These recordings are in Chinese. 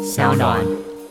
小暖。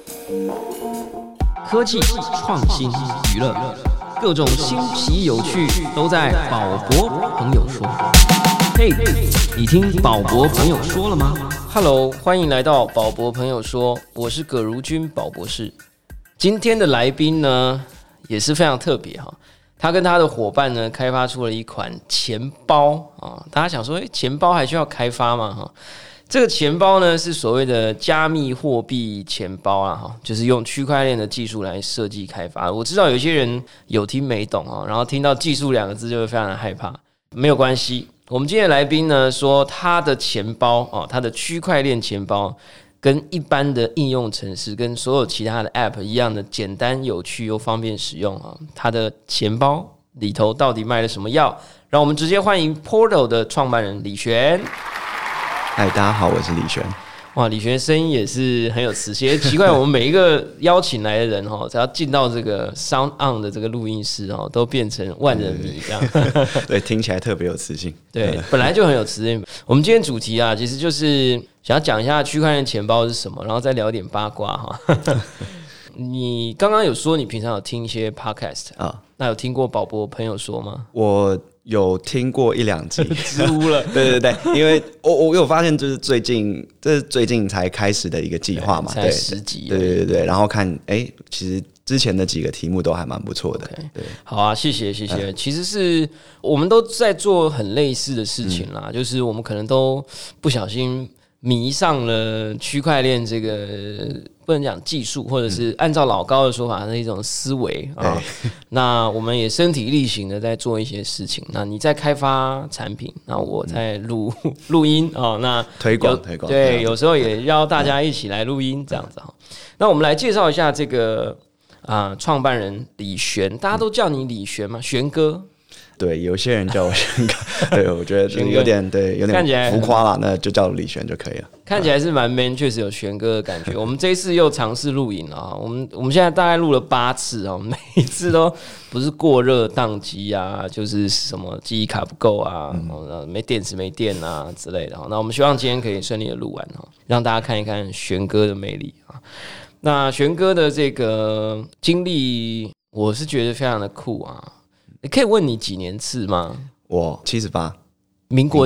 科技、创新、娱乐，各种新奇有趣都在宝博朋友说。嘿，你听宝博朋友说了吗 ？Hello， 欢迎来到宝博朋友说，我是葛如君宝博士。今天的来宾呢也是非常特别哈，他跟他的伙伴呢开发出了一款钱包啊。大家想说，钱包还需要开发吗？哈。这个钱包呢是所谓的加密货币钱包啦，就是用区块链的技术来设计开发。我知道有些人有听没懂啊，然后听到技术两个字就会非常的害怕。没有关系，我们今天的来宾呢说他的钱包他的区块链钱包跟一般的应用程式跟所有其他的 App 一样的简单有趣又方便使用啊。他的钱包里头到底卖了什么药？让我们直接欢迎 Portal 的创办人李璇。 嗨，大家好，我是李璇。 哇，李璇声音也是很有磁性。奇怪，我们每一个邀请来的人只要进到这个 Sound On 的这个录音室都变成万人迷这样。 对，听起来特别有磁性。 对，本来就很有磁性。我们今天主题啊，其实就是想要讲一下区块链钱包是什么，然后再聊点八卦哈。你刚刚有说你平常有听一些 podcast 啊，那有听过宝博朋友说吗？ 我有听过一两集， 输了。 对对对，因为我有发现，就是这是最近才开始的一个计划嘛， 才10集。 对对对，然后看其实之前的几个题目都还蛮不错的。 Okay， 对，好啊，谢谢。其实是我们都在做很类似的事情啦，就是我们可能都不小心迷上了区块链这个不能讲技术，或者是按照老高的说法，是一种思维啊。那我们也身体力行的在做一些事情。那你在开发产品，那我在录音啊。那推广对，有时候也邀大家一起来录音这样子哈。那我们来介绍一下这个创办人李璇，大家都叫你李璇吗？璇哥。 对，有些人叫我璇哥，对，我觉得有点浮夸啦，那就叫李璇就可以了。 看起来是蛮 man， 确实有璇哥的感觉。我们这一次又尝试录影了，我们现在大概录了8次啊，每一次都不是过热宕机啊，就是什么记忆卡不够啊，没电池没电啊之类的。那我们希望今天可以顺利的录完，让大家看一看璇哥的魅力啊。那璇哥的这个经历，我是觉得非常的酷啊。你可以问你几年次吗？ 我78， 民国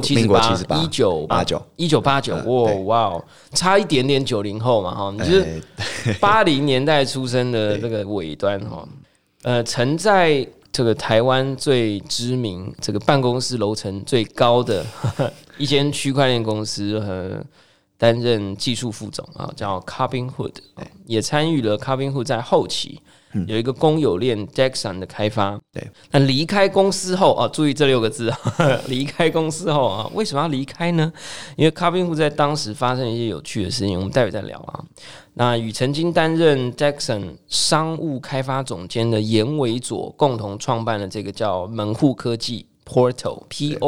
1989， 哇，差一点点90后嘛哈，你就是80年代出生的这个尾端哈，曾在这个台湾最知名、这个办公室楼层最高的一间区块链公司担任技术副总啊，叫 Robinhood， 也参与了 Robinhood 在后期。有一个公有链 Dexon 的开发。对，那离开公司后注意这6个字，离开公司后为什么要离开呢？因为 Robinhood 在当时发生一些有趣的事情，我们待会再聊啊。那与曾经担任 Dexon 商务开发总监的严维佐共同创办了这个叫门户科技 Portal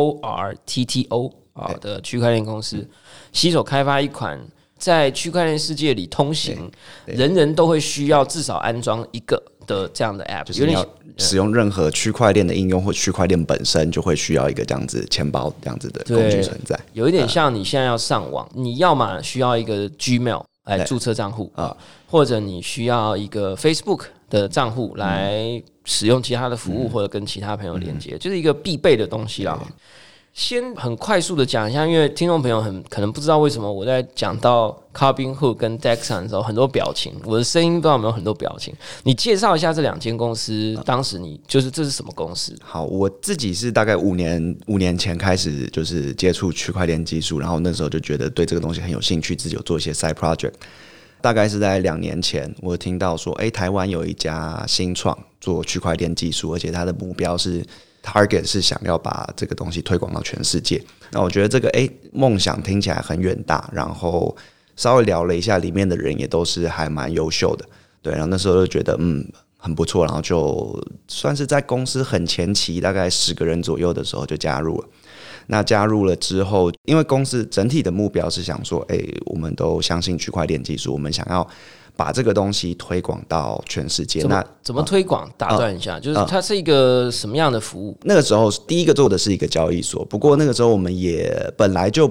Portto 的区块链公司，携手开发一款在区块链世界里通行，人人都会需要至少安装一个的这样的 App， 就是你要使用任何区块链的应用或区块链本身，就会需要一个这样子钱包这样子的工具存在。 有一点像你现在要上网，你要么需要一个 Gmail 来注册账户或者你需要一个 Facebook 的账户来使用其他的服务或者跟其他朋友连接，就是一个必备的东西啦。先很快速的讲一下，因为听众朋友可能不知道为什么我在讲到 Robinhood 跟 Dexon 的时候很多表情，我的声音不知道有没有很多表情。你介绍一下这2间公司，当时你就是这是什么公司？ 好，我自己是大概5年前开始就是接触区块链技术，然后那时候就觉得对这个东西很有兴趣，自己有做一些 side project。大概是在2年前，我听到说，台湾有一家新创做区块链技术，而且它的目标是Target 是想要把这个东西推广到全世界。那我觉得这个梦想听起来很远大，然后稍微聊了一下，里面的人也都是还蛮优秀的，对。然后那时候就觉得很不错，然后就算是在公司很前期，大概10个人左右的时候就加入了。那加入了之后，因为公司整体的目标是想说，我们都相信区块链技术，我们想要把这个东西推广到全世界。 怎么推广？打断一下，就是它是一个什么样的服务？ 那个时候第一个做的是一个交易所，不过那个时候我们也本来就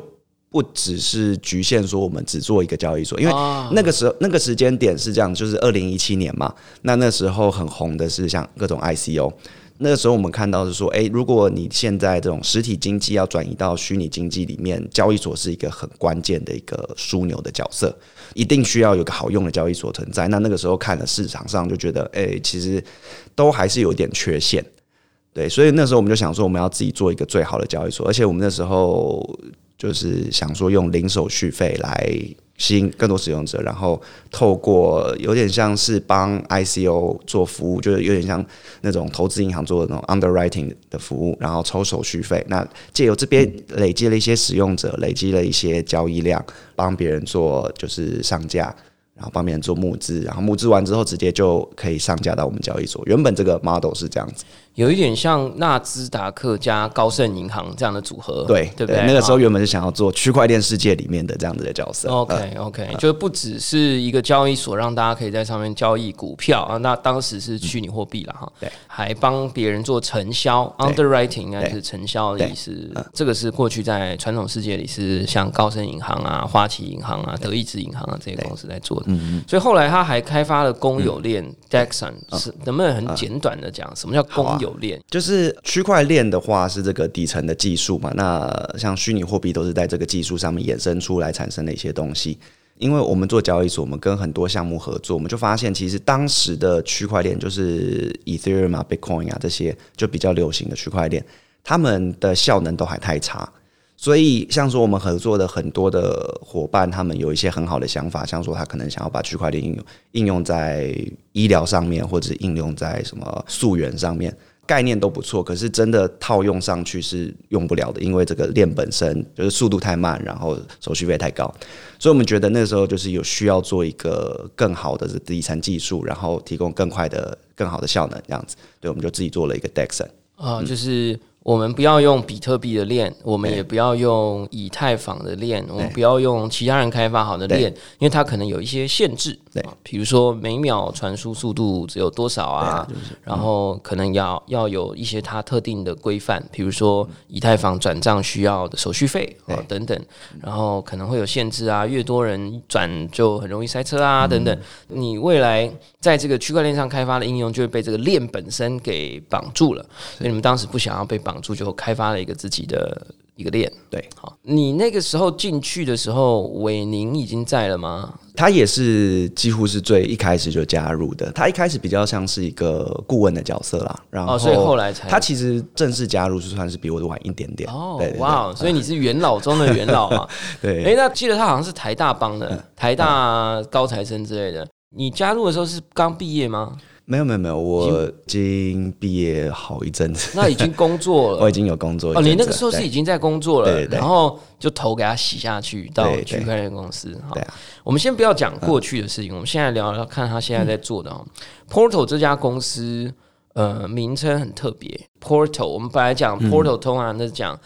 不只是局限说我们只做一个交易所，因为那个时间点是这样，就是2017年嘛，那时候很红的是像各种 ICO。那个时候我们看到是说，如果你现在这种实体经济要转移到虚拟经济里面，交易所是一个很关键的一个枢纽的角色，一定需要有个好用的交易所存在。那个时候看了市场上就觉得，其实都还是有点缺陷，对，所以那时候我们就想说，我们要自己做一个最好的交易所，而且我们那时候就是想说用零手续费来吸引更多使用者，然后透过有点像是帮 ICO 做服务，就是有点像那种投资银行做的那种 underwriting 的服务，然后抽手续费。那借由这边累积了一些使用者，累积了一些交易量，帮别人做就是上架，然后帮别人做募资，然后募资完之后直接就可以上架到我们交易所。原本这个 model 是这样子。 有一点像纳斯达克加高盛银行这样的组合， 对对不对？ 那个时候原本是想要做区块链世界里面的这样子的角色。 OK， 就不只是一个交易所，让大家可以在上面交易股票啊。那当时是虚拟货币了哈， 对， 还帮别人做承销 ，underwriting 应该是承销的意思。这个是过去在传统世界里是像高盛银行啊、花旗银行啊、德意志银行啊这些公司在做的。所以后来他还开发了公有链 Dexon，能不能很简短的讲什么叫公有？ 就是区块链的话是这个底层的技术嘛，那像虚拟货币都是在这个技术上面衍生出来产生的一些东西。因为我们做交易所，我们跟很多项目合作，我们就发现其实当时的区块链就是 Ethereum 啊、Bitcoin 啊这些就比较流行的区块链，他们的效能都还太差。所以像说我们合作的很多的伙伴，他们有一些很好的想法，像说他可能想要把区块链应用在医疗上面，或者应用在什么溯源上面，概念都不错，可是真的套用上去是用不了的，因为这个链本身就是速度太慢，然后手续费太高，所以我们觉得那时候就是有需要做一个更好的底层技术，然后提供更好的效能这样子，对，我们就自己做了一个 Dexon， 就是我们不要用比特币的链，我们也不要用以太坊的链，我们不要用其他人开发好的链，因为它可能有一些限制，比如说每秒传输速度只有多少啊，然后可能要有一些它特定的规范，比如说以太坊转账需要的手续费等等，然后可能会有限制啊，越多人转就很容易塞车啊等等。你未来在这个区块链上开发的应用就会被这个链本身给绑住了，所以你们当时不想要被绑住，就开发了一个自己的一个链。 对， 好，你那个时候进去的时候，伟宁已经在了吗？ 他也是几乎是最一开始就加入的，他一开始比较像是一个顾问的角色啦，然后所以后来才他其实正式加入是算是比我晚一点点。 哇，所以你是元老中的元老啊。 对， 那记得他好像是台大帮的，台大高材生之类的。你加入的时候是刚毕业吗？ 没有，我已经毕业好一阵子。 那已经工作了。 我已经有工作一阵子。 你那个时候是已经在工作了， 对， 然后就头给他洗下去到区块链公司。对啊，我们先不要讲过去的事情，我们现在聊聊看他现在在做的。Portal 这家公司。名称很特别 ，Portal。我们本来讲 Portal，通常是讲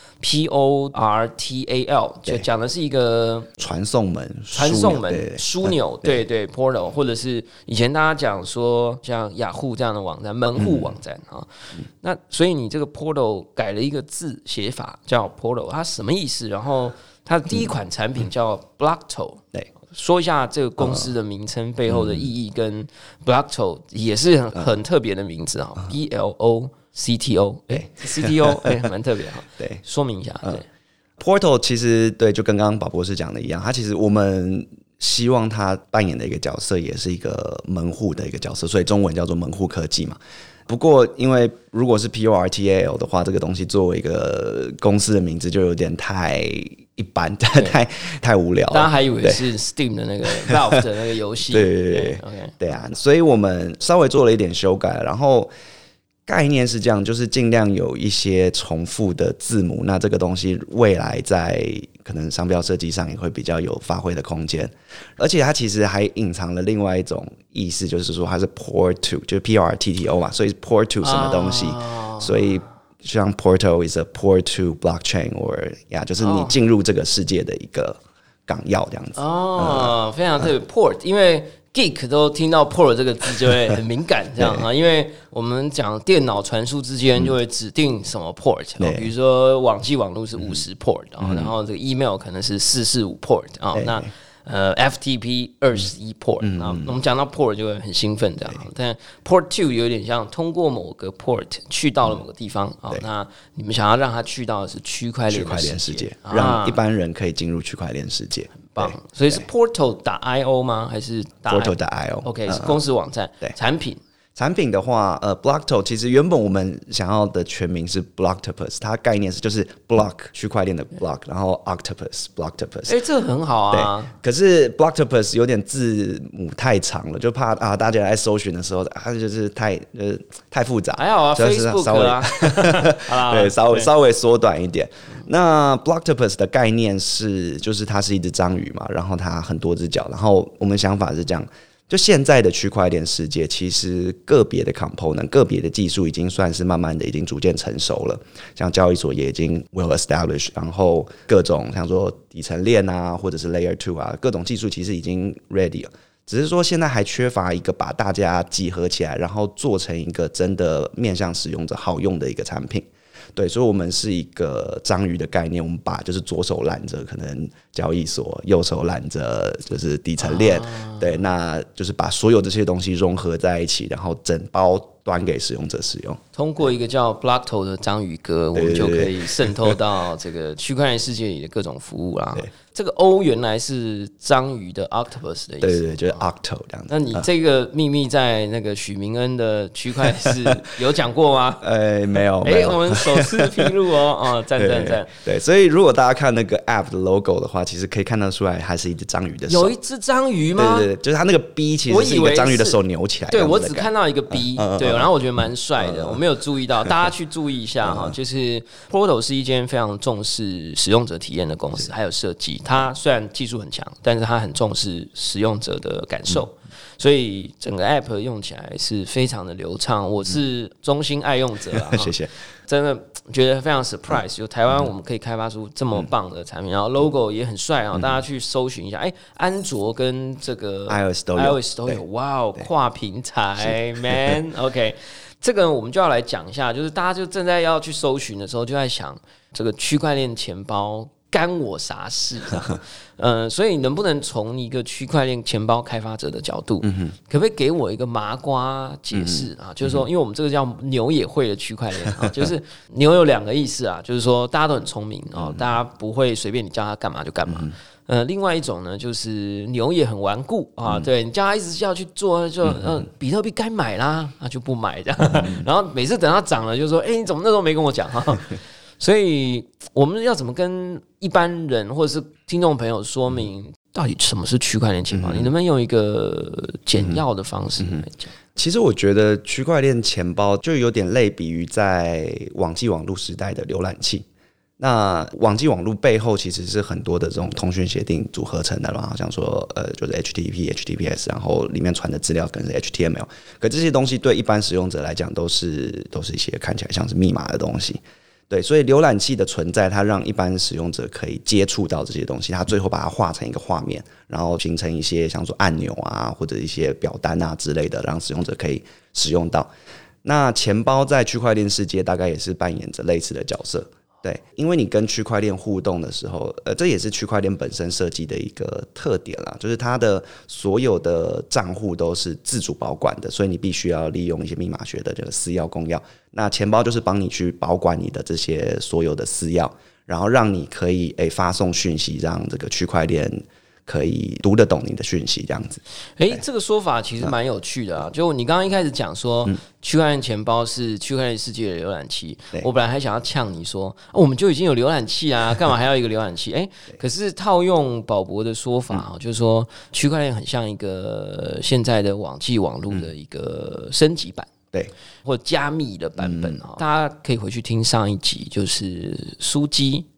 Portal， 就讲的是一个传送门、 枢纽，对 Portal， 或者是以前大家讲说像雅虎这样的网站，门户网站啊。那所以你这个 Portal 改了一个字写法叫 Portal， 它什么意思？然后它的第一款产品叫 Blockto， 对。说一下这个公司的名称背后的意义，跟 Blockto 也是很特别的名字啊，BLOCTO，CTO，蛮特别哈。对，说明一下。对 ，Portal 其实对，就跟刚刚宝博士讲的一样，他其实我们希望他扮演的一个角色也是一个门户的一个角色，所以中文叫做门户科技嘛。不过，因为如果是 Portal 的话，这个东西作为一个公司的名字就有点太一般，太无聊了。 大家还以为是 Steam 的那个 Valve 的那个游戏。 对啊，所以我们稍微做了一点修改，然后概念是这样，就是尽量有一些重复的字母，那这个东西未来在可能商标设计上也会比较有发挥的空间，而且它其实还隐藏了另外一种意思，就是说它是 port to， 就是 PRTTO 嘛，所以 port to 什么东西，所以像 Portal is a port to blockchain or 就是你進入这个世界的一个港钥这样子。 非常特别 port， 因为 geek 都听到 port 这个字就会很敏感，这样啊，因为我们讲电脑传输之间就会指定什么 port，比如说网际网路是50 port，然后这个 email 可能是445 port 啊，那FTP 21 port 啊，我们讲到 port 就会很兴奋这样，但 port 2有点像通过某个 port 去到了某个地方啊，那你们想要让它去到的是区块链世界， 让一般人可以进入区块链世界。 棒，所以是 portal.io 吗？还是 portal.io ？OK， 是公司网站。产品的话，Blockto 其实原本我们想要的全名是 Blocktopus， 它概念是就是 block 区块链的 block， 然后 Octopus。 这个很好啊。 可是 Blocktopus 有点字母太长了，就怕大家来搜寻的时候，它就是太复杂。 还好啊，Facebook 啊， 对，稍微缩短一点。那 Blocktopus 的概念是，就是它是一只章鱼嘛，然后它很多只脚，然后我们想法是这样。就现在的区块链世界，其实个别的 component、个别的技术已经算是慢慢的已经逐渐成熟了，像交易所也已经 well established， 然后各种像说底层链啊，或者是 layer 2啊，各种技术其实已经 ready 了，只是说现在还缺乏一个把大家集合起来，然后做成一个真的面向使用者好用的一个产品。对，所以我们是一个章鱼的概念，我们把就是左手揽着可能交易所，右手揽着就是底层链，对，那就是把所有这些东西融合在一起，然后整包端给使用者使用。 通过一个叫 Blockto 的章鱼哥，我们就可以渗透到这个区块链世界里的各种服务啦。这个 O 原来是章鱼的 Octopus 的意思， 对，就是 Octo 这样子。 那你这个秘密在那个许明恩的区块是有讲过吗？ 没有。 我们首次披露哦，赞。 对，所以如果大家看那个 App 的 logo 的话，其实可以看得出来，还是一只章鱼的手。 有一只章鱼吗？ 对，就是它那个 B 其实是一个章鱼的手扭起来。 对，我只看到一个 B，对，然后我觉得蛮帅的，我没有注意到，大家去注意一下哈。就是 Portal 是一间非常重视使用者体验的公司，还有设计。它虽然技术很强，但是它很重视使用者的感受，所以整个 App 用起来是非常的流畅。我是衷心爱用者啊， 谢谢。 真的觉得非常 surprise， 就台湾我们可以开发出这么棒的产品，然后 logo 也很帅啊，大家去搜寻一下。安卓跟这个 iOS 都有， 哇哦，跨平台 man OK。这个我们就要来讲一下，就是大家就正在要去搜寻的时候，就在想这个区块链钱包干我啥事？所以能不能从一个区块链钱包开发者的角度，可不可以给我一个麻瓜解释啊？就是说，因为我们这个叫牛也会的区块链啊，就是牛有2个意思啊，就是说大家都很聪明啊，大家不会随便你叫他干嘛就干嘛。另外一种呢，就是牛也很顽固啊，对你叫他一直要去做，就比特币该买啦，他就不买这样，然后每次等它涨了，就说你怎么那时候没跟我讲哈？所以我们要怎么跟一般人或者是听众朋友说明到底什么是区块链钱包？你能不能用一个简要的方式来讲？ 其实我觉得区块链钱包就有点类比于在网际网路时代的浏览器。那网际网路背后其实是很多的这种通讯协定组合成的嘛，好像说就是 HTTP、HTTPS， 然后里面传的资料可能是 HTML， 可这些东西对一般使用者来讲都是一些看起来像是密码的东西。对，所以浏览器的存在，它让一般使用者可以接触到这些东西，它最后把它画成一个画面，然后形成一些像说按钮啊，或者一些表单啊之类的，让使用者可以使用到。那钱包在区块链世界大概也是扮演着类似的角色。对，因为你跟区块链互动的时候，这也是区块链本身设计的一个特点啦，就是它的所有的账户都是自主保管的，所以你必须要利用一些密码学的这个私钥公钥。那钱包就是帮你去保管你的这些所有的私钥，然后让你可以发送讯息，让这个区块链可以读得懂你的讯息，这样子。 这个说法其实蛮有趣的啊。就你刚刚一开始讲说，区块链钱包是区块链世界的浏览器，我本来还想要呛你说，我们就已经有浏览器啊，干嘛还要一个浏览器？可是套用宝博的说法，就是说区块链很像一个现在的网际网路的一个升级版。 对， 或加密的版本大家可以回去听上一集，就是枢机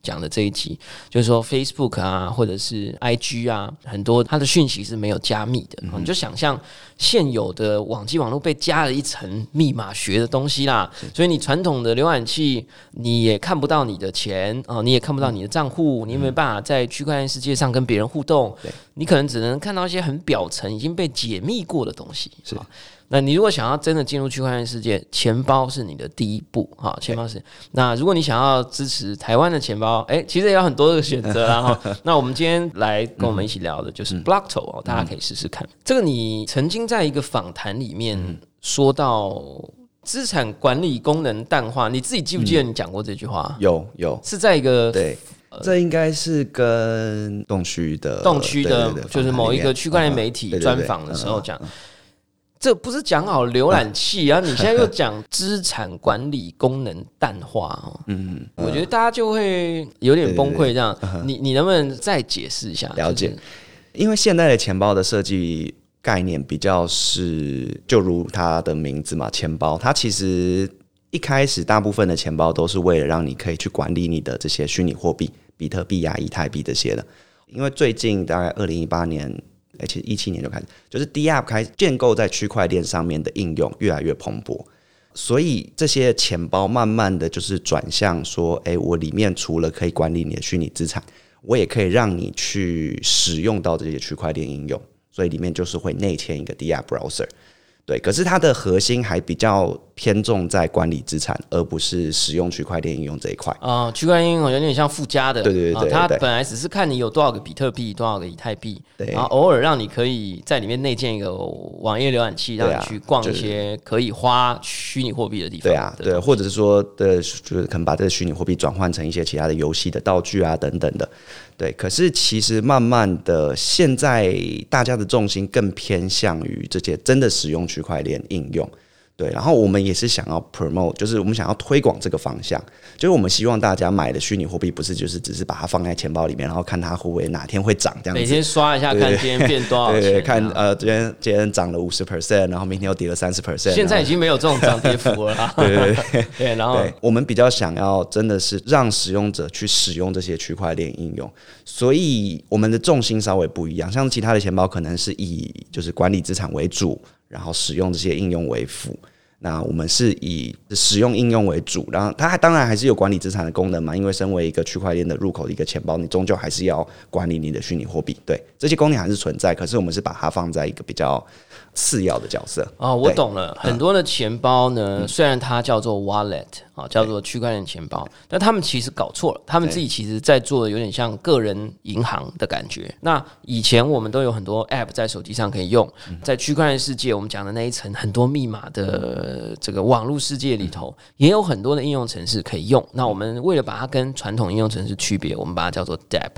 讲的这一集，就是说 Facebook 啊，或者是 IG 啊，很多它的讯息是没有加密的。你就想象现有的网际网络被加了一层密码学的东西啦，所以你传统的浏览器你也看不到你的钱你也看不到你的账户，你也没办法在区块链世界上跟别人互动，你可能只能看到一些很表层已经被解密过的东西。那你如果想要真的进入区块链世界，钱包是你的第一步钱包是。那如果你想要支持台湾的钱包，其实也有很多的选择啦那我们今天来跟我们一起聊的就是 Blockto 大家可以试试看。这个你曾经在一个访谈里面说到资产管理功能淡化，你自己记不记得你讲过这句话？ 有， 是在一个对。这应该是跟动区的， 就是某一个区块链媒体专访的时候讲。这不是讲好浏览器啊？你现在又讲资产管理功能淡化我觉得大家就会有点崩溃。这样，你能不能再解释一下？ 了解，因为现在的钱包的设计概念比较是，就如它的名字嘛，钱包，它其实一开始大部分的钱包都是为了让你可以去管理你的这些虚拟货币，比特币啊、以太币这些的。因为最近大概2018年。其实17年就开始，就是 DApp 开始建构在区块链上面的应用越来越蓬勃，所以这些钱包慢慢的就是转向说，我里面除了可以管理你的虚拟资产，我也可以让你去使用到这些区块链应用，所以里面就是会内嵌一个 DApp browser。对，可是它的核心还比较偏重在管理资产，而不是使用区块链应用这一块。 区块链应用有点像附加的， 对， 它本来只是看你有多少个比特币、多少个以太币，然后偶尔让你可以在里面内建一个网页浏览器，让你去逛一些可以花虚拟货币的地方。 对，或者是说就是可能把这个虚拟货币转换成一些其他的游戏的道具啊等等的。对，可是其实慢慢的，现在大家的重心更偏向于这些真的使用区块链应用。对，然后我们也是想要 promote， 就是我们想要推广这个方向，就是我们希望大家买的虚拟货币不是就是只是把它放在钱包里面，然后看它会不会哪天会涨这样子， 每天刷一下看今天变多少钱， 对，看今天涨了50%，然后明天又跌了30%， 现在已经没有这种涨跌幅了啦。对，然后我们比较想要真的是让使用者去使用这些区块链应用，所以我们的重心稍微不一样，像其他的钱包可能是以就是管理资产为主，然后使用这些应用为辅。那我们是以使用应用为主，然后它当然还是有管理资产的功能嘛，因为身为一个区块链的入口的一个钱包，你终究还是要管理你的虚拟货币，对，这些功能还是存在，可是我们是把它放在一个比较次要的角色。 我懂了，很多的钱包呢，虽然它叫做 wallet，叫做区块链钱包，但他们其实搞错了，他们自己其实在做的有点像个人银行的感觉。那以前我们都有很多 app 在手机上可以用，在区块链世界我们讲的那一层很多密码的这个网络世界里头，也有很多的应用程式可以用。那我们为了把它跟传统应用程式区别，我们把它叫做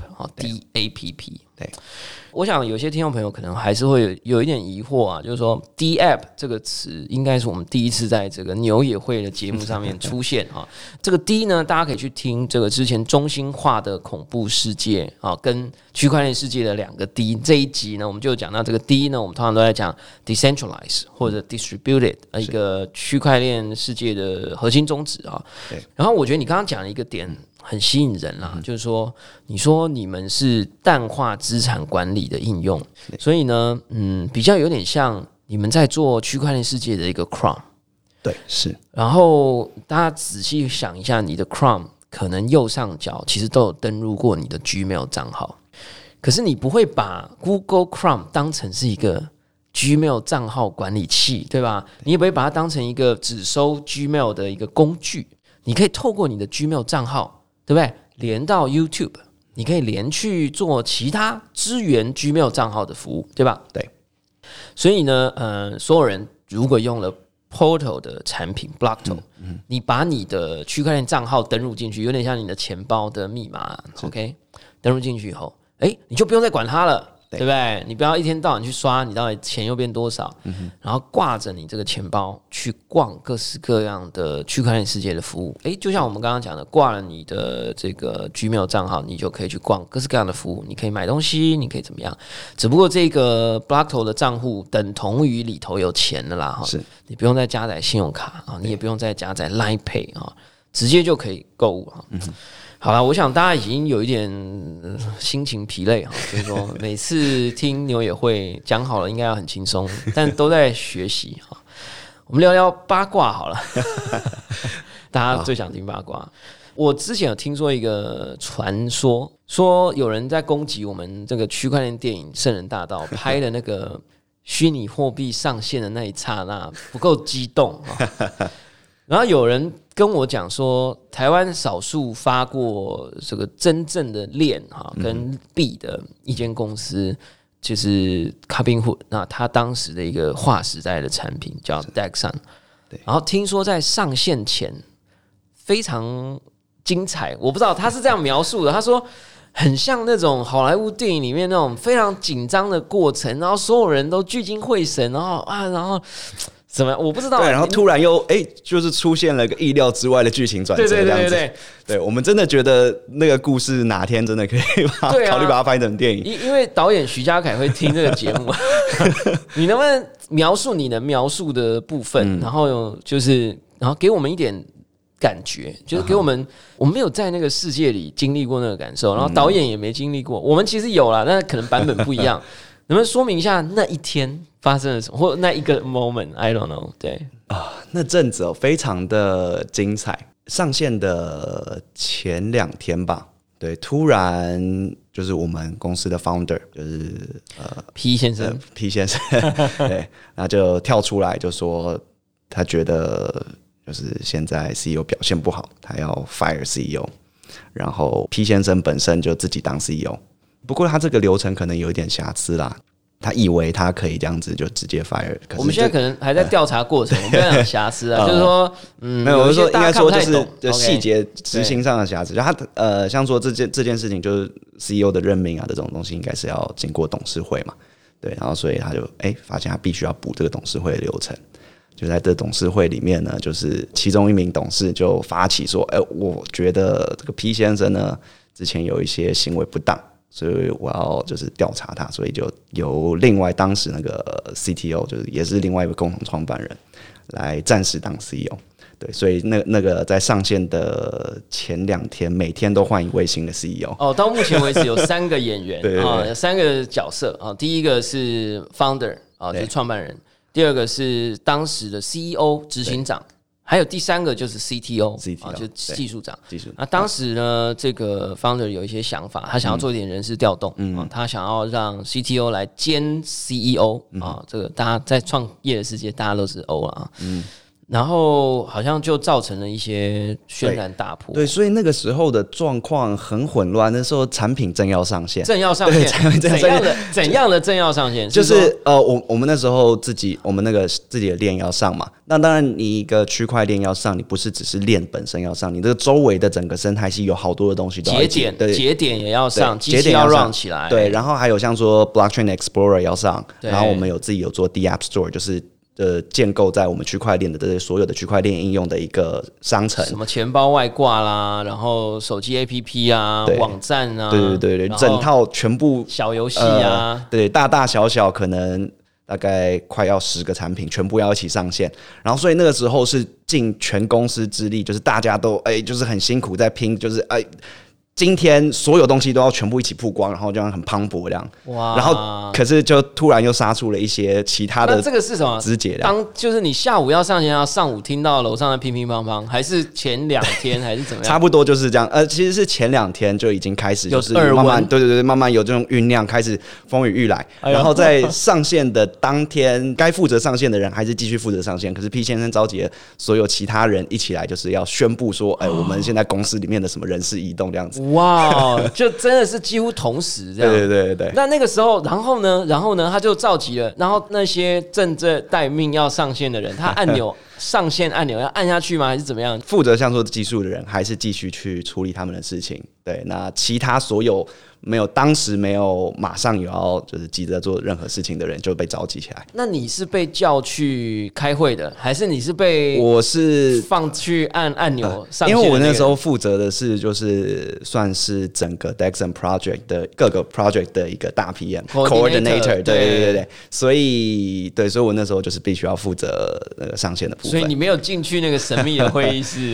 DApp，DAPP。对，我想有些听众朋友可能还是会有一点疑惑啊，就是说 DApp 这个词应该是我们第一次在这个牛野会的节目上面出现啊。这个 D 呢，大家可以去听这个之前中心化的恐怖世界啊，跟区块链世界的两个 D。这一集呢，我们就讲到这个 D 呢，我们通常都在讲 decentralized 或者 distributed 一个区块链世界的核心宗旨啊。然后我觉得你刚刚讲了一个点很吸引人啦，就是说，你说你们是淡化资产管理的应用，所以呢，比较有点像你们在做区块链世界的一个 Chrome， 对，是。然后大家仔细想一下，你的 Chrome 可能右上角其实都有登录过你的 Gmail 账号，可是你不会把 Google Chrome 当成是一个 Gmail 账号管理器，对吧？你也不会把它当成一个只收 Gmail 的一个工具，你可以透过你的 Gmail 账号，对不对？连到 YouTube， 你可以连去做其他支援 Gmail 账号的服务，对吧？ 对。 所以呢，所有人如果用了 Portal 的产品 Blockto，你把你的区块链账号登录进去，有点像你的钱包的密码 ，OK？ 登录进去以后，你就不用再管它了。对不对？你不要一天到晚去刷，你到底钱又变多少？然后挂着你这个钱包去逛各式各样的区块链世界的服务。就像我们刚刚讲的，挂了你的这个 Gmail 账号，你就可以去逛各式各样的服务。你可以买东西，你可以怎么样？只不过这个 Blockto 的账户等同于里头有钱的啦， 是你不用再加载信用卡啊，你也不用再加载 Line Pay 啊。 直接就可以购物哈。好了，我想大家已经有一点心情疲累哈，就是说每次听牛也会讲好了，应该要很轻松，但都在学习哈。我们聊聊八卦好了，大家最想听八卦。我之前有听说一个传说，说有人在攻击我们这个区块链电影《圣人大道》拍的那个虚拟货币上线的那一刹那不够激动然后有人跟我讲说，台湾少数发过这个真正的链跟币的一间公司，就是 Robinhood， 那他当时的一个划时代的产品叫 Dexon， 然后听说在上线前非常精彩，我不知道他是这样描述的，他说很像那种好莱坞电影里面那种非常紧张的过程，然后所有人都聚精会神，然后怎么样？我不知道。 对，然后突然又就是出现了一个意料之外的剧情转折，这样子。对，我们真的觉得那个故事哪天真的可以考虑把它拍成电影。 因为导演徐嘉凯会听这个节目，你能不能描述你能描述的部分，然后给我们一点感觉，就是给我们没有在那个世界里经历过那个感受，然后导演也没经历过，我们其实有啦，但可能版本不一样。能不能说明一下那一天发生了什么，或那一个 moment？I don't know。对那阵子非常的精彩。上线的前2天吧，对，突然就是我们公司的 founder 就是 P 先生对，那就跳出来就说他觉得就是现在 CEO 表现不好，他要 fire CEO， 然后 P 先生本身就自己当 CEO。不过他这个流程可能有一点瑕疵啦，他以为他可以这样子就直接 fire， 可是我们现在可能还在调查过程，我们不要讲瑕疵啊，就是说， 没有，我是说应该说就是细节执执行上的瑕疵。就他像说这件事情，就是 CEO 的任命啊，这种东西应该是要经过董事会嘛，对，然后所以他就发现他必须要补这个董事会的流程。就在这董事会里面呢，就是其中一名董事就发起说，我觉得这个 P 先生呢之前有一些行为不当。所以我要就是调查他，所以就由另外当时那个 CTO， 就是也是另外一位共同创办人来暂时当 CEO。对，所以那个在上线的前2天，每天都换一位新的 CEO。 到目前为止有3个演员对有3个角色第一个是 founder 就是创办人，第二个是当时的 CEO 执行长。还有第3个就是 CTO 就是技术长。那当时呢，这个 founder 有一些想法，他想要做一点人事调动，他想要让 CTO 来兼 CEO 这个大家在创业的世界，大家都是 O 啊。然后好像就造成了一些轩然大波。对， 所以那个时候的状况很混乱。那时候产品正要上线， 怎样的正要上线？ 就是我们那时候我们那个自己的链要上嘛。那当然，你一个区块链要上，你不是只是链本身要上，你这个周围的整个生态系有好多的东西都要节点也要上，机器要 run 起来。 对，然后还有像说 Blockchain Explorer 要上，然后我们自己有做 D App Store， 就是建构在我们区块链的这些所有的区块链应用的一个商城， 什么钱包外挂啦，然后手机 APP 啊，网站啊， 对，整套全部小游戏啊， 对，大大小小可能大概快要10个产品全部要一起上线，然后所以那个时候是尽全公司之力，就是大家都就是很辛苦在拼，就是今天所有东西都要全部一起曝光，然后这样很磅礴这样。哇！然后可是就突然又杀出了一些其他的， 那这个是什么肢解？ 就是你下午要上线，要上午听到楼上的乒乒乓乓，还是前2天还是怎么样？ 差不多就是这样。其实是前2天就已经开始，就是慢慢对，慢慢有这种酝酿，开始风雨欲来。然后在上线的当天，该负责上线的人还是继续负责上线，可是 P 先生召集了所有其他人一起来，就是要宣布说，我们现在公司里面的什么人事移动这样子。 哇，就真的是几乎同时这样。 对。 那个时候，然后呢，他就召集了，然后那些正在待命要上线的人，他上线按钮要按下去吗？还是怎么样？ 负责像说技术的人还是继续去处理他们的事情。对，那其他所有当时没有马上有要就是急着做任何事情的人就被召集起来。 那你是被叫去开会的，还是你是我是放去按按钮上线的？ 因为我那时候负责的是就是算是整个 Dexon Project 的各个 project 的一个大 PM coordinator， 对，所以我那时候就是必须要负责那个上线的部分。 所以你没有进去那个神秘的会议室。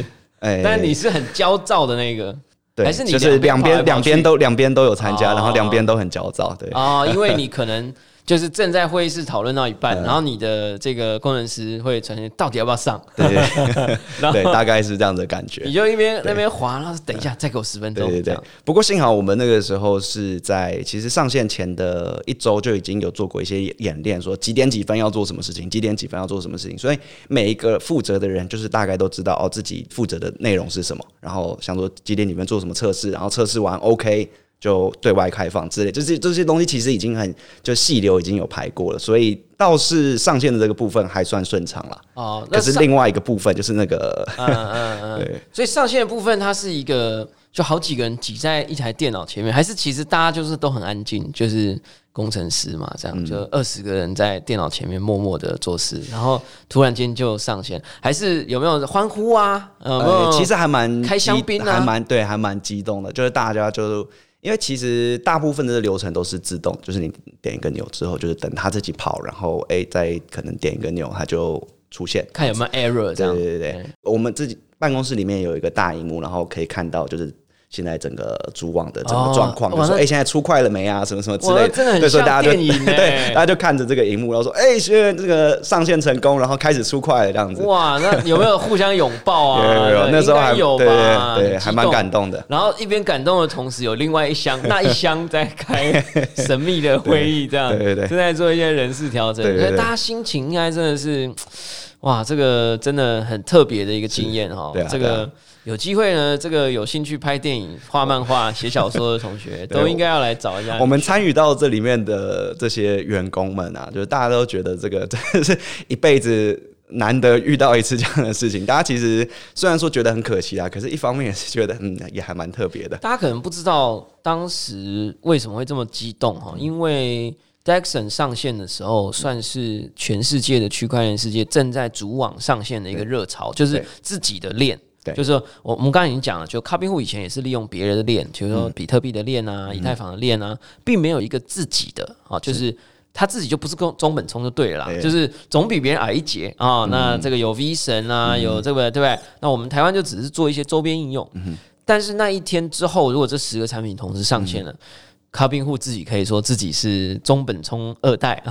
但你是很焦躁的那个。 对， 还是你就是两边都有参加， 哦然后两边都很焦躁，对因为你可能就是正在会议室讨论到一半，然后你的这个工程师会传讯到底要不要上， 对，大概是这样的感觉。 你就一边那边滑，然后等一下再给我10分钟，对。 不过幸好我们那个时候是在其实上线前的1周就已经有做过一些演练，说几点几分要做什么事情，几点几分要做什么事情，所以每一个负责的人就是大概都知道自己负责的内容是什么，然后想说几点几分做什么测试，然后测试完 OK。就对外开放之类，就是这些东西其实已经就细流已经有排过了，所以倒是上线的这个部分还算顺畅啦。可是另外一个部分就是那个， 对，所以上线的部分它是一个就好几个人挤在一台电脑前面，还是其实大家就是都很安静，就是工程师嘛，这样就20个人在电脑前面默默的做事，然后突然间就上线，还是有没有欢呼啊？ 其实还蛮开香槟啊， 还蛮激动的，就是大家就。因为其实大部分的流程都是自动，就是你点一个钮之后，就是等它自己跑，然后再可能点一个钮，它就出现， 看有没有 error 这样。 对，我们自己办公室里面有一个大萤幕，然后可以看到就是现在整个主网的整个状况，就说现在出快了没啊，什么什么之类的， 真的很像电影对，大家就看着这个萤幕，然后说现在这个上线成功，然后开始出快了这样子。 哇，那有没有互相拥抱啊？ 有，那时候还有吧？ 对，还蛮感动的。 然后一边感动的同时，有另外一箱，那一箱在开神秘的会议，这样对，正在做一些人事调整，所以大家心情应该真的是，哇，这个真的很特别的一个经验哈。这个。有机会呢，这个有兴趣拍电影、画漫画、写小说的同学，都应该要来找一下。 我们参与到这里面的这些员工们啊，就是大家都觉得这个真的是一辈子难得遇到一次这样的事情。大家其实虽然说觉得很可惜啊，可是一方面也是觉得也还蛮特别的。 大家可能不知道当时为什么会这么激动哈，因为 Dexon 上线的时候，算是全世界的区块链世界正在主网上线的一个热潮，就是自己的链。就是我们刚才已经讲了，就卡宾户以前也是利用别人的链，比如说比特币的链啊、以太坊的链啊，并没有一个自己的就是他自己就不是中本聪就对了啦，就是总比别人矮一截啊。那这个有 V 神啊，有这个对不对？那我们台湾就只是做一些周边应用，但是那一天之后，如果这10个产品同时上线了。卡宾户自己可以说自己是中本聪2代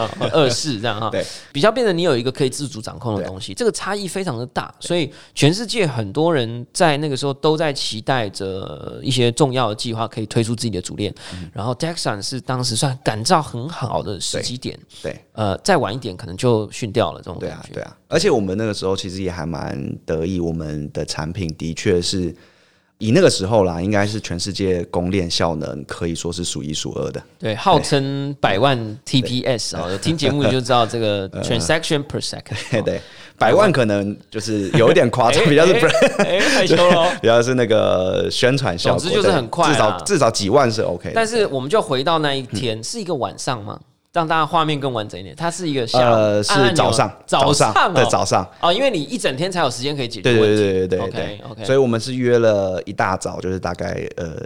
2世这样哈，比较变成你有一个可以自主掌控的东西，这个差异非常的大，所以全世界很多人在那个时候都在期待着一些重要的计划可以推出自己的主链，然后 Dexon 是当时算感召很好的时机点，对，再晚一点可能就训掉了这种感觉， 对啊，而且我们那个时候其实也还蛮得意，我们的产品的确是。以那个时候啦，应该是全世界公链效能可以说是数1数2的。 对，号称100万 TPS 有听节目就知道这个 transaction per second。 对，100万可能就是有点夸张，比较是害羞咯， 比较是那个宣传效果。 总之就是很快， 至少几万是 OK 的。 但是我们就回到那一天，是一个晚上吗？让大家画面更完整一点，它是一个是早上的早上哦，因为你一整天才有时间可以解决问题。 对 OK， 所以我们是约了一大早，就是大概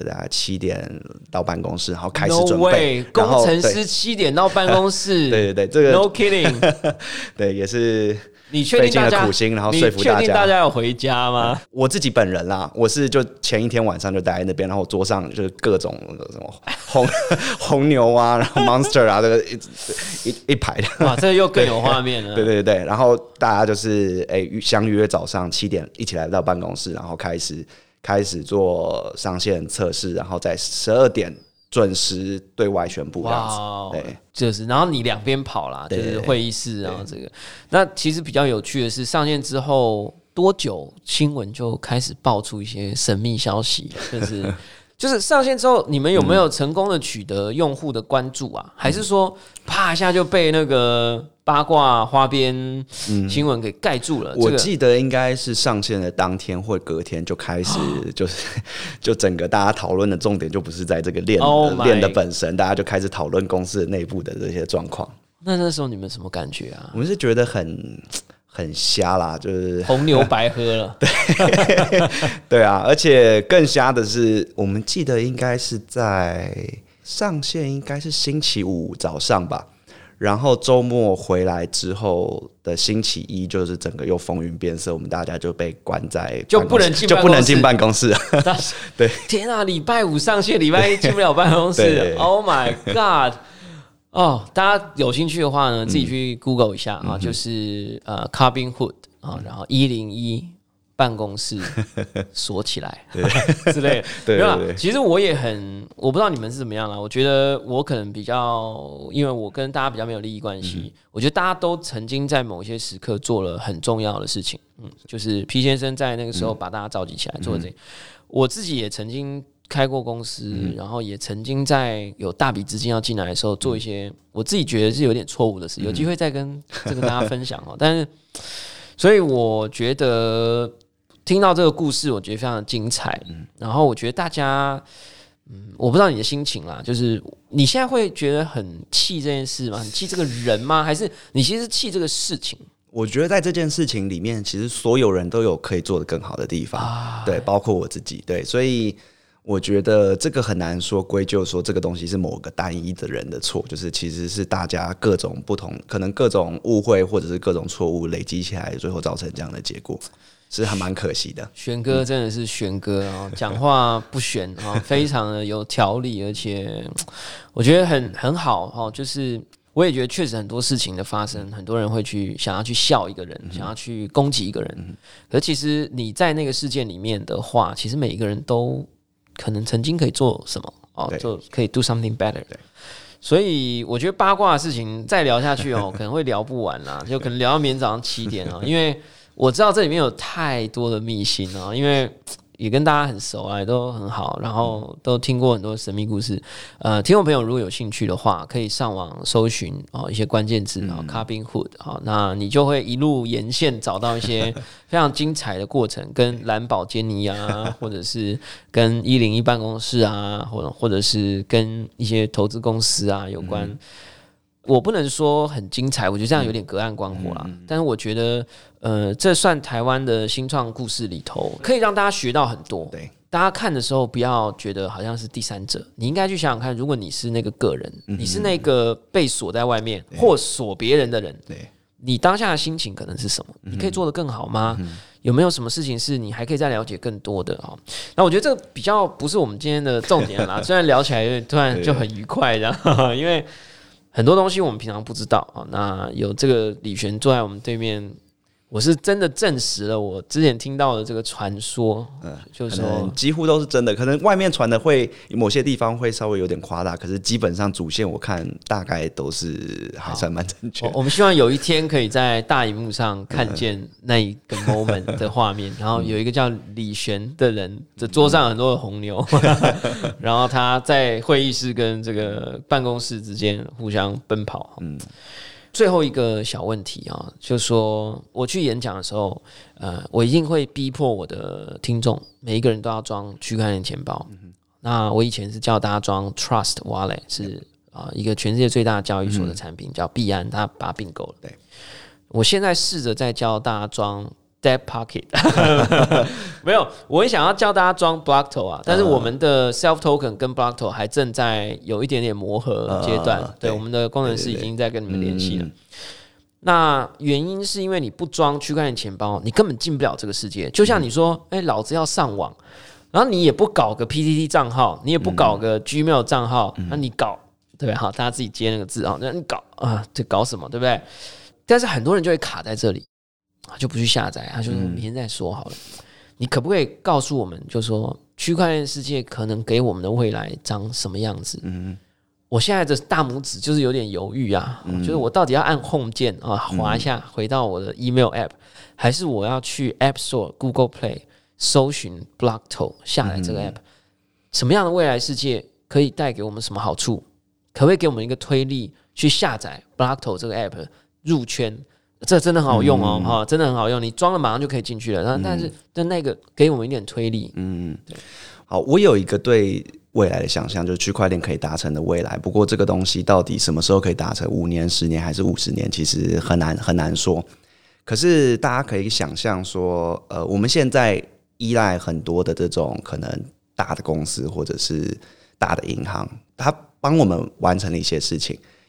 7点到办公室，然后开始准备。 工程师7点到办公室， 对，这个 no kidding， 对，也是。 你确定大家苦心，然后说服大家。 你确定大家有回家吗？ 我自己本人啦，我是就前一天晚上就待在那边，然后桌上就是各种什么红牛啊，然后 Monster 啊，这个一排的。 哇，这个又更有画面了。 对，然后大家就是相约早上7点一起来到办公室，然后开始做上线测试，然后在12点。准时对外宣布这样子，对， 就是，然后你两边跑啦，就是会议室，然后这个，那其实比较有趣的是，上线之后多久，新闻就开始爆出一些神秘消息，就是上线之后，你们有没有成功的取得用户的关注啊？还是说啪一下就被那个八卦花边新闻给盖住了？ 我记得应该是上线的当天或隔天就开始，就整个大家讨论的重点就不是在这个链的本身，大家就开始讨论公司内部的这些状况。 那时候你们什么感觉啊？ 我们是觉得很瞎啦，就是红牛白喝了。 对啊，而且更瞎的是，我们记得应该是在上线，应该是星期5早上吧。 然后周末回来之后的星期一，就是整个又风云变色，我们大家就被关在就不能进办公室。 对， 天啊，礼拜五上线，礼拜一进不了办公室。Oh my god！ 哦，大家有兴趣的话呢，自己去 Google 一下啊，就是Cabin Hood 啊，然后101办公室锁起来之类的。 对， 没有啦，其实我也我不知道你们是怎么样啦。我觉得我可能比较，因为我跟大家比较没有利益关系，我觉得大家都曾经在某些时刻做了很重要的事情。就是 P 先生在那个时候把大家召集起来做这个。我自己也曾经开过公司，然后也曾经在有大笔资金要进来的时候做一些我自己觉得是有点错误的事，有机会再跟大家分享哦。但是，所以我觉得听到这个故事，我觉得非常的精彩。然后我觉得大家，我不知道你的心情啦，就是你现在会觉得很气这件事吗？很气这个人吗？还是你其实气这个事情？ 我觉得在这件事情里面，其实所有人都有可以做得更好的地方，对，包括我自己，对，所以我觉得这个很难说归咎说这个东西是某个单一的人的错，就是其实是大家各种不同，可能各种误会或者是各种错误累积起来，最后造成这样的结果。是还蛮可惜的。 玄哥真的是玄哥啊，讲话不玄啊，非常的有条理，而且我觉得很好哈。就是我也觉得确实很多事情的发生，很多人会想要去笑一个人，想要去攻击一个人。可是其实你在那个事件里面的话，其实每一个人都可能曾经可以做什么哦，就可以 do something better。所以我觉得八卦的事情再聊下去哦，可能会聊不完啦，就可能聊到明天早上7点啊，因为我知道这里面有太多的秘辛啊，因为也跟大家很熟啊，也都很好，然后都听过很多神秘故事。听众朋友如果有兴趣的话，可以上网搜寻一些关键字Cabin Hood 那你就会一路沿线找到一些非常精彩的过程，跟蓝宝坚尼啊，或者是跟101办公室啊，或者是跟一些投资公司啊有关。我不能说很精彩，我觉得这样有点隔岸观火啦。但是我觉得，这算台湾的新创故事里头，可以让大家学到很多。对，大家看的时候不要觉得好像是第三者，你应该去想想看，如果你是那个个人，你是那个被锁在外面或锁别人的人，你当下的心情可能是什么？你可以做得更好吗？有没有什么事情是你还可以再了解更多的啊？那我觉得这个比较不是我们今天的重点啦。虽然聊起来有点突然就很愉快这样，因为很多东西我们平常不知道啊。那有这个李璇坐在我们对面，我是真的证实了我之前听到的这个传说，就是说几乎都是真的。可能外面传的会某些地方会稍微有点夸大，可是基本上主线我看大概都是还算蛮正确的。 我们希望有一天可以在大荧幕上看见那一个 moment 的画面，然后有一个叫李璇的人，这桌上很多的红牛，然后他在会议室跟这个办公室之间互相奔跑。最后一个小问题啊，就是说我去演讲的时候，我一定会逼迫我的听众每一个人都要装区块链钱包。那我以前是叫大家装 Trust Wallet， 是一个全世界最大的交易所的产品，叫币安，他把它并购了。对，我现在试着在教大家装Dead Pocket 没有，我也想要教大家装 Blockto 啊，但是我们的 Self Token 跟 Blockto 还正在有一点点磨合阶段。对，我们的工程师已经在跟你们联系了。那原因是因为你不装区块链钱包，你根本进不了这个世界。就像你说，老子要上网，然后你也不搞个 PTT 账号，你也不搞个 Gmail 账号，那你搞对不对？好，大家自己接那个字啊，那你搞这搞什么，对不对？但是很多人就会卡在这里。就不去下载，他就说明天再说好了。你可不可以告诉我们，就说区块链世界可能给我们的未来长什么样子？我现在的大拇指就是有点犹豫啊，就是我到底要按 Home 键滑一下回到我的 email app， 还是我要去 App Store、Google Play 搜寻 Blockto 下载这个 app？ 什么样的未来世界可以带给我们什么好处？可不可以给我们一个推力去下载 Blockto 这个 app 入圈？这真的很好用哦，真的很好用，你装了马上就可以进去了。但是那个给我们一点推力。对。 好，我有一个对未来的想象，就是区块链可以达成的未来。不过这个东西到底什么时候可以达成？5年、10年还是50年？其实很难说。可是大家可以想象说，我们现在依赖很多的这种可能大的公司或者是大的银行，它帮我们完成了一些事情。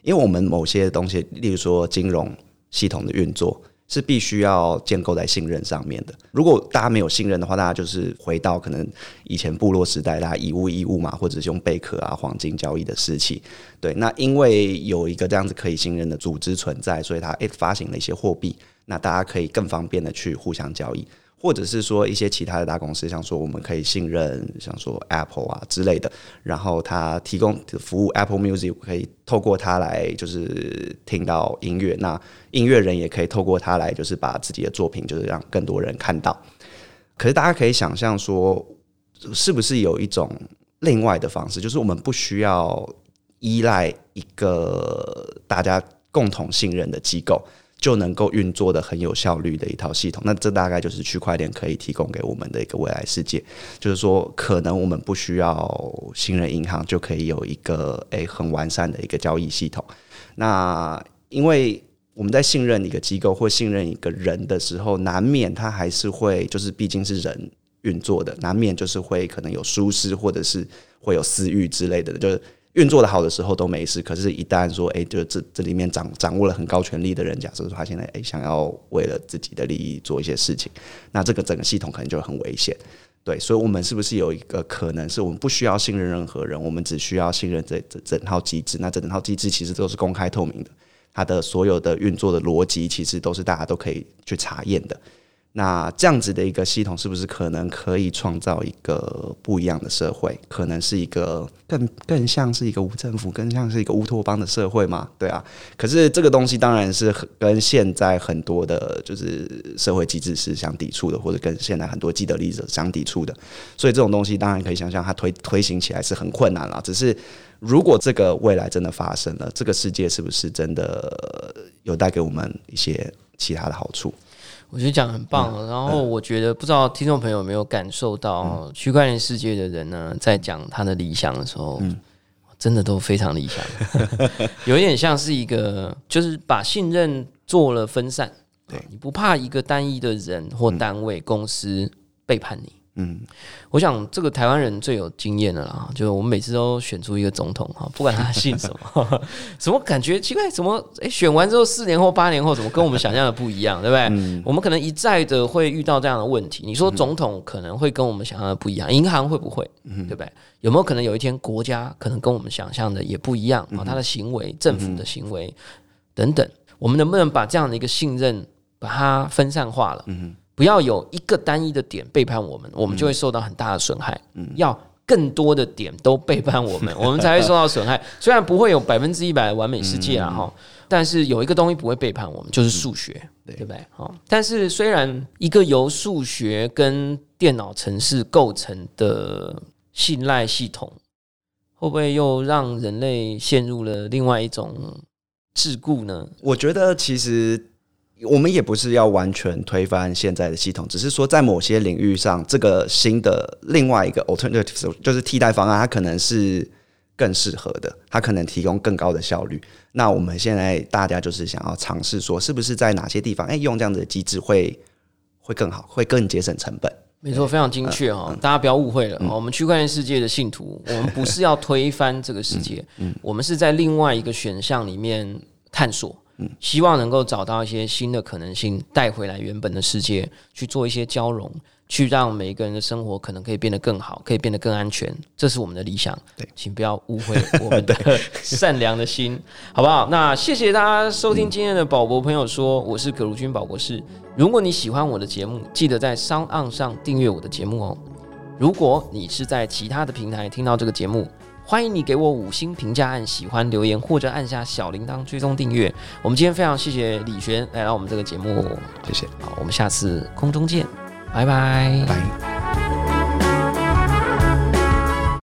因为我们某些东西，例如说金融系统的运作，是必须要建构在信任上面的。如果大家没有信任的话，大家就是回到可能以前部落时代，大家以物嘛，或者是用贝壳啊、黄金交易的时期。对，那因为有一个这样子可以信任的组织存在，所以它发行了一些货币，那大家可以更方便的去互相交易。或者是说一些其他的大公司，像说我们可以信任，像说 Apple 啊之类的，然后它提供的服务 Apple Music 可以透过它来就是听到音乐，那音乐人也可以透过它来就是把自己的作品就是让更多人看到。可是大家可以想象说，是不是有一种另外的方式，就是我们不需要依赖一个大家共同信任的机构，就能够运作的很有效率的一套系统。那这大概就是区块链可以提供给我们的一个未来世界，就是说可能我们不需要信任银行就可以有一个很完善的一个交易系统。那因为我们在信任一个机构或信任一个人的时候，难免他还是会就是毕竟是人运作的，难免就是会可能有疏失或者是会有私欲之类的，就是运作的好的时候都没事，可是一旦说就这里面掌握了很高权力的人，假设说他现在想要为了自己的利益做一些事情，那这个整个系统可能就很危险。对，所以我们是不是有一个可能是我们不需要信任任何人，我们只需要信任这整套机制？那这整套机制其实都是公开透明的，它的所有的运作的逻辑其实都是大家都可以去查验的。那这样子的一个系统是不是可能可以创造一个不一样的社会？可能是一个更像是一个无政府，更像是一个乌托邦的社会嘛？对啊。可是这个东西当然是跟现在很多的就是社会机制是相抵触的，或者跟现在很多既得利益者相抵触的。所以这种东西当然可以想象它推行起来是很困难啦。只是如果这个未来真的发生了，这个世界是不是真的有带给我们一些其他的好处？ 我觉得讲很棒，然后我觉得不知道听众朋友有没有感受到，区块链世界的人呢，在讲他的理想的时候，真的都非常理想，有一点像是一个，就是把信任做了分散，对，你不怕一个单一的人或单位、公司背叛你。我想这个台湾人最有经验的啦，就是我们每次都选出一个总统，不管他姓什么，怎么感觉奇怪？怎么选完之后4年后、8年后，怎么跟我们想象的不一样，对不对？我们可能一再的会遇到这样的问题。你说总统可能会跟我们想象的不一样，银行会不会？对不对？有没有可能有一天国家可能跟我们想象的也不一样？他的行为、政府的行为等等，我们能不能把这样的一个信任把它分散化了？不要有一个单一的点背叛我们，我们就会受到很大的损害。要更多的点都背叛我们，我们才会受到损害。虽然不会有100%的完美世界啊，但是有一个东西不会背叛我们，就是数学，对不对？但是虽然一个由数学跟电脑程式构成的信赖系统，会不会又让人类陷入了另外一种桎梏呢？ 我觉得其实我们也不是要完全推翻现在的系统，只是说在某些领域上，这个新的另外一个 alternative 就是替代方案，它可能是更适合的，它可能提供更高的效率。那我们现在大家就是想要尝试说，是不是在哪些地方，用这样子的机制会更好，会更节省成本。 没错，非常精确大家不要误会了我们区块链世界的信徒，我们不是要推翻这个世界，我们是在另外一个选项里面探索。希望能够找到一些新的可能性，带回来原本的世界，去做一些交融，去让每一个人的生活可能可以变得更好，可以变得更安全，这是我们的理想。对，请不要误会我们的善良的心，好不好？那谢谢大家收听今天的宝博朋友说，我是葛如君宝博士。如果你喜欢我的节目，记得在 SoundOn 上订阅我的节目哦。如果你是在其他的平台听到这个节目，欢迎你给我5星评价，按喜欢留言，或者按下小铃铛追踪订阅。我们今天非常谢谢李璇来到我们这个节目， 谢谢。 好，我们下次空中见，拜拜。 拜拜。